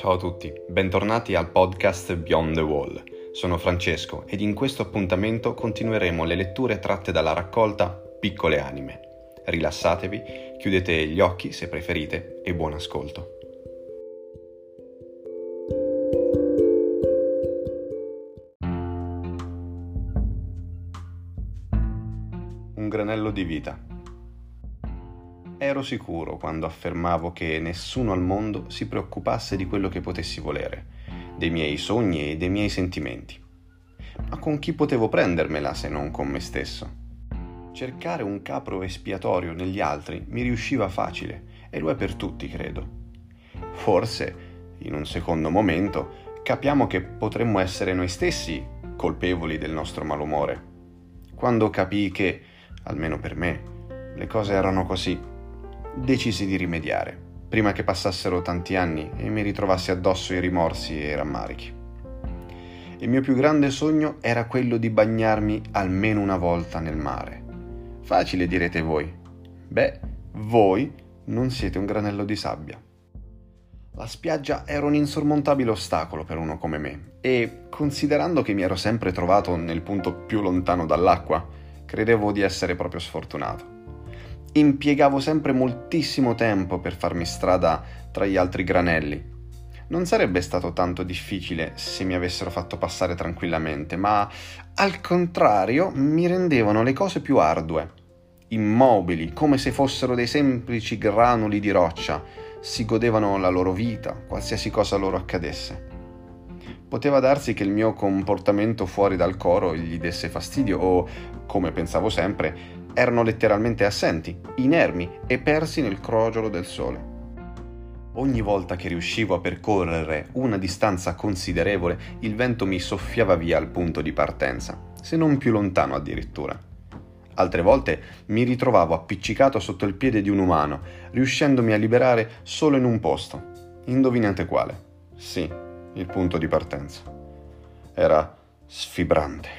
Ciao a tutti, bentornati al podcast Beyond the Wall. Sono Francesco ed in questo appuntamento continueremo le letture tratte dalla raccolta Piccole Anime. Rilassatevi, chiudete gli occhi se preferite e buon ascolto. Un granello di vita. Ero sicuro quando affermavo che nessuno al mondo si preoccupasse di quello che potessi volere, dei miei sogni e dei miei sentimenti. Ma con chi potevo prendermela se non con me stesso? Cercare un capro espiatorio negli altri mi riusciva facile, e lo è per tutti, credo. Forse, in un secondo momento, capiamo che potremmo essere noi stessi colpevoli del nostro malumore. Quando capii che, almeno per me, le cose erano così, decisi di rimediare, prima che passassero tanti anni e mi ritrovassi addosso i rimorsi e i rammarichi. Il mio più grande sogno era quello di bagnarmi almeno una volta nel mare. Facile, direte voi. Beh, voi non siete un granello di sabbia. La spiaggia era un insormontabile ostacolo per uno come me e, considerando che mi ero sempre trovato nel punto più lontano dall'acqua, credevo di essere proprio sfortunato. Impiegavo sempre moltissimo tempo per farmi strada tra gli altri granelli. Non sarebbe stato tanto difficile se mi avessero fatto passare tranquillamente, ma al contrario mi rendevano le cose più ardue. Immobili, come se fossero dei semplici granuli di roccia, si godevano la loro vita, qualsiasi cosa loro accadesse. Poteva darsi che il mio comportamento fuori dal coro gli desse fastidio o, come pensavo sempre, erano letteralmente assenti, inermi e persi nel crogiolo del sole. Ogni volta che riuscivo a percorrere una distanza considerevole, il vento mi soffiava via al punto di partenza, se non più lontano addirittura. Altre volte mi ritrovavo appiccicato sotto il piede di un umano, riuscendomi a liberare solo in un posto. Indovinate quale? Sì, il punto di partenza. Era sfibrante.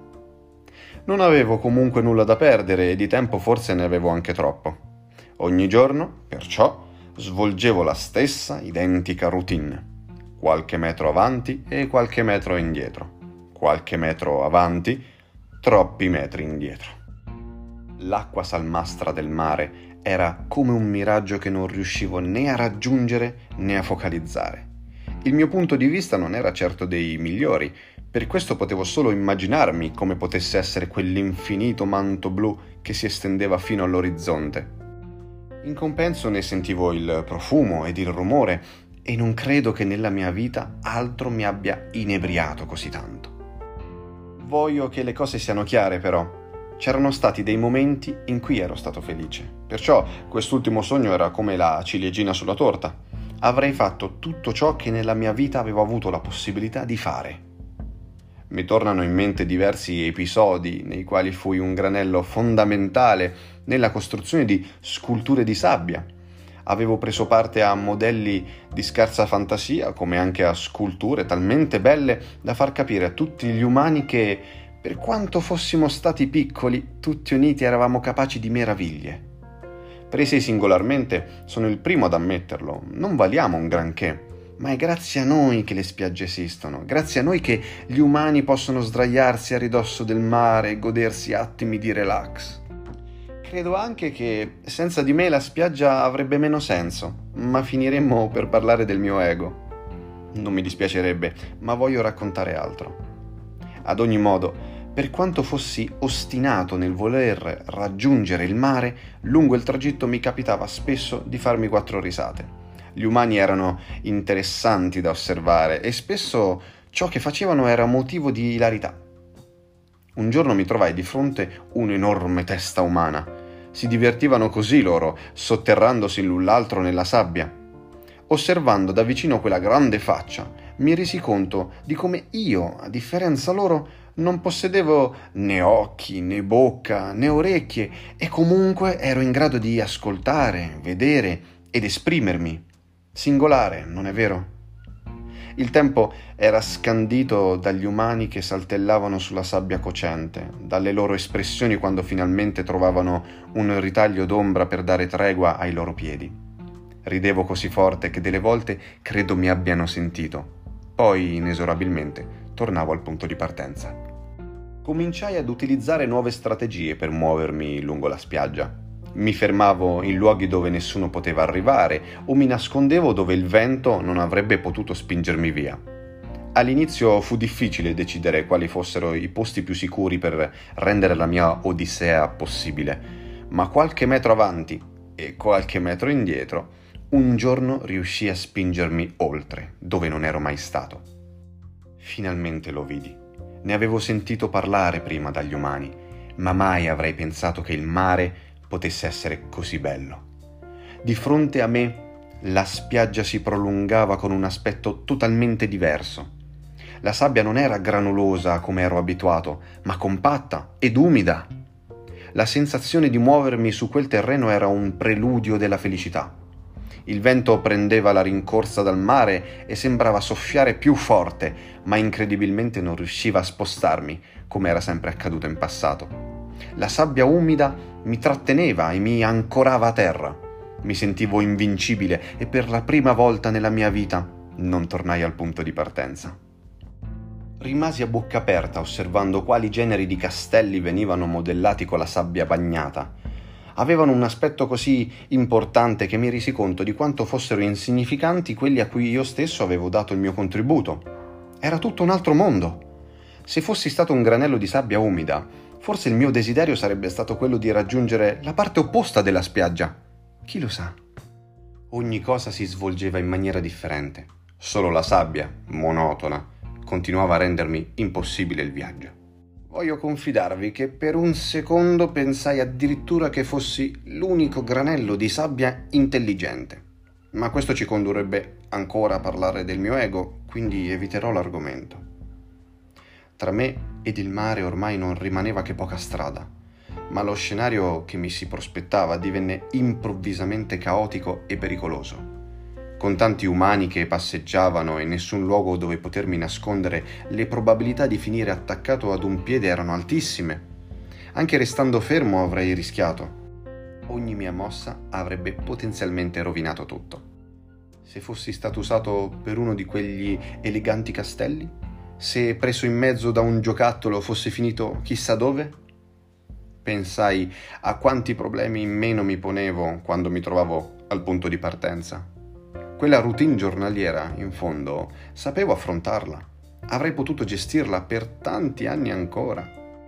Non avevo comunque nulla da perdere e di tempo forse ne avevo anche troppo. Ogni giorno, perciò, svolgevo la stessa identica routine. Qualche metro avanti e qualche metro indietro. Qualche metro avanti, troppi metri indietro. L'acqua salmastra del mare era come un miraggio che non riuscivo né a raggiungere né a focalizzare. Il mio punto di vista non era certo dei migliori, per questo potevo solo immaginarmi come potesse essere quell'infinito manto blu che si estendeva fino all'orizzonte. In compenso ne sentivo il profumo ed il rumore e non credo che nella mia vita altro mi abbia inebriato così tanto. Voglio che le cose siano chiare però. C'erano stati dei momenti in cui ero stato felice, perciò quest'ultimo sogno era come la ciliegina sulla torta. Avrei fatto tutto ciò che nella mia vita avevo avuto la possibilità di fare. Mi tornano in mente diversi episodi nei quali fui un granello fondamentale nella costruzione di sculture di sabbia. Avevo preso parte a modelli di scarsa fantasia, come anche a sculture talmente belle da far capire a tutti gli umani che, per quanto fossimo stati piccoli, tutti uniti eravamo capaci di meraviglie. Presi singolarmente, sono il primo ad ammetterlo, non valiamo un granché. Ma è grazie a noi che le spiagge esistono, grazie a noi che gli umani possono sdraiarsi a ridosso del mare e godersi attimi di relax. Credo anche che senza di me la spiaggia avrebbe meno senso, ma finiremmo per parlare del mio ego. Non mi dispiacerebbe, ma voglio raccontare altro. Ad ogni modo, per quanto fossi ostinato nel voler raggiungere il mare, lungo il tragitto mi capitava spesso di farmi 4 risate. Gli umani erano interessanti da osservare e spesso ciò che facevano era motivo di ilarità. Un giorno mi trovai di fronte un'enorme testa umana. Si divertivano così loro, sotterrandosi l'un l'altro nella sabbia. Osservando da vicino quella grande faccia, mi resi conto di come io, a differenza loro, non possedevo né occhi, né bocca, né orecchie e comunque ero in grado di ascoltare, vedere ed esprimermi. Singolare, non è vero? Il tempo era scandito dagli umani che saltellavano sulla sabbia cocente, dalle loro espressioni quando finalmente trovavano un ritaglio d'ombra per dare tregua ai loro piedi. Ridevo così forte che delle volte credo mi abbiano sentito. Poi, inesorabilmente, tornavo al punto di partenza. Cominciai ad utilizzare nuove strategie per muovermi lungo la spiaggia. Mi fermavo in luoghi dove nessuno poteva arrivare o mi nascondevo dove il vento non avrebbe potuto spingermi via. All'inizio fu difficile decidere quali fossero i posti più sicuri per rendere la mia odissea possibile, ma qualche metro avanti e qualche metro indietro, un giorno riuscii a spingermi oltre, dove non ero mai stato. Finalmente lo vidi. Ne avevo sentito parlare prima dagli umani, ma mai avrei pensato che il mare potesse essere così bello. Di fronte a me la spiaggia si prolungava con un aspetto totalmente diverso. La sabbia non era granulosa come ero abituato, ma compatta ed umida. La sensazione di muovermi su quel terreno era un preludio della felicità. Il vento prendeva la rincorsa dal mare e sembrava soffiare più forte, ma incredibilmente non riusciva a spostarmi, come era sempre accaduto in passato. La sabbia umida mi tratteneva e mi ancorava a terra. Mi sentivo invincibile e per la prima volta nella mia vita non tornai al punto di partenza. Rimasi a bocca aperta osservando quali generi di castelli venivano modellati con la sabbia bagnata. Avevano un aspetto così importante che mi resi conto di quanto fossero insignificanti quelli a cui io stesso avevo dato il mio contributo. Era tutto un altro mondo. Se fossi stato un granello di sabbia umida, forse il mio desiderio sarebbe stato quello di raggiungere la parte opposta della spiaggia. Chi lo sa? Ogni cosa si svolgeva in maniera differente. Solo la sabbia, monotona, continuava a rendermi impossibile il viaggio. Voglio confidarvi che per un secondo pensai addirittura che fossi l'unico granello di sabbia intelligente. Ma questo ci condurrebbe ancora a parlare del mio ego, quindi eviterò l'argomento. Tra me ed il mare ormai non rimaneva che poca strada, ma lo scenario che mi si prospettava divenne improvvisamente caotico e pericoloso. Con tanti umani che passeggiavano e nessun luogo dove potermi nascondere, le probabilità di finire attaccato ad un piede erano altissime. Anche restando fermo avrei rischiato. Ogni mia mossa avrebbe potenzialmente rovinato tutto. Se fossi stato usato per uno di quegli eleganti castelli? Se preso in mezzo da un giocattolo fosse finito chissà dove? Pensai a quanti problemi in meno mi ponevo quando mi trovavo al punto di partenza. Quella routine giornaliera, in fondo, sapevo affrontarla. Avrei potuto gestirla per tanti anni ancora.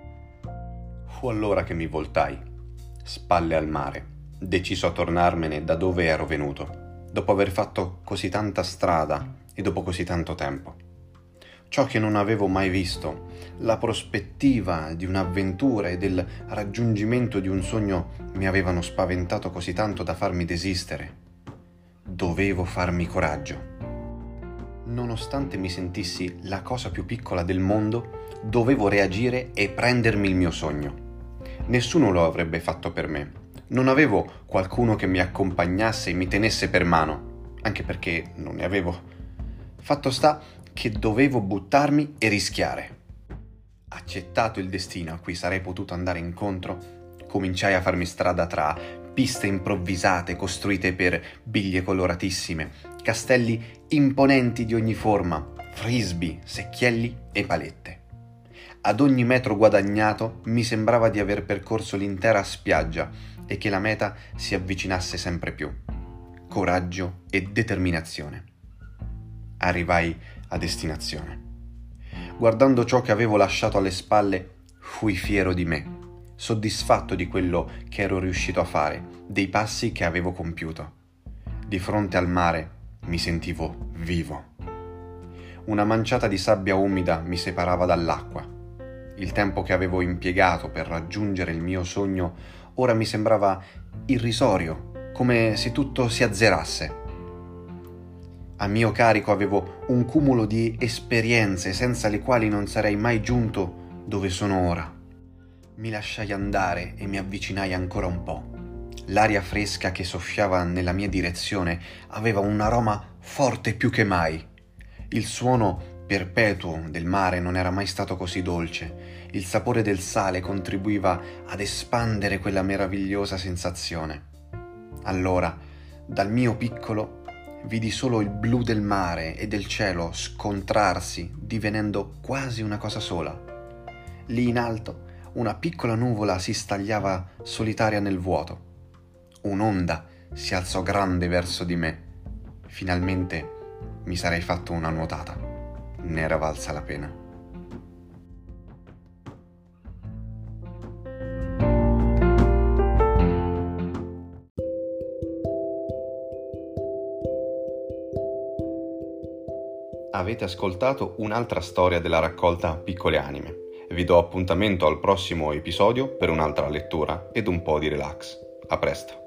Fu allora che mi voltai, spalle al mare, deciso a tornarmene da dove ero venuto, dopo aver fatto così tanta strada e dopo così tanto tempo. Ciò che non avevo mai visto, la prospettiva di un'avventura e del raggiungimento di un sogno mi avevano spaventato così tanto da farmi desistere. Dovevo farmi coraggio. Nonostante mi sentissi la cosa più piccola del mondo, dovevo reagire e prendermi il mio sogno. Nessuno lo avrebbe fatto per me. Non avevo qualcuno che mi accompagnasse e mi tenesse per mano, anche perché non ne avevo. Fatto sta che dovevo buttarmi e rischiare. Accettato il destino a cui sarei potuto andare incontro, cominciai a farmi strada tra piste improvvisate costruite per biglie coloratissime, castelli imponenti di ogni forma, frisbee, secchielli e palette. Ad ogni metro guadagnato mi sembrava di aver percorso l'intera spiaggia e che la meta si avvicinasse sempre più. Coraggio e determinazione. Arrivai a destinazione. Guardando ciò che avevo lasciato alle spalle, fui fiero di me, soddisfatto di quello che ero riuscito a fare, dei passi che avevo compiuto. Di fronte al mare mi sentivo vivo. Una manciata di sabbia umida mi separava dall'acqua. Il tempo che avevo impiegato per raggiungere il mio sogno ora mi sembrava irrisorio, come se tutto si azzerasse. A mio carico avevo un cumulo di esperienze senza le quali non sarei mai giunto dove sono ora. Mi lasciai andare e mi avvicinai ancora un po'. L'aria fresca che soffiava nella mia direzione aveva un aroma forte più che mai. Il suono perpetuo del mare non era mai stato così dolce. Il sapore del sale contribuiva ad espandere quella meravigliosa sensazione. Allora Dal mio piccolo vidi solo il blu del mare e del cielo scontrarsi, divenendo quasi una cosa sola. Lì in alto una piccola nuvola si stagliava solitaria nel vuoto. Un'onda si alzò grande verso di me. Finalmente mi sarei fatto una nuotata. Ne era valsa la pena. Avete ascoltato un'altra storia della raccolta Piccole Anime. Vi do appuntamento al prossimo episodio per un'altra lettura ed un po' di relax. A presto.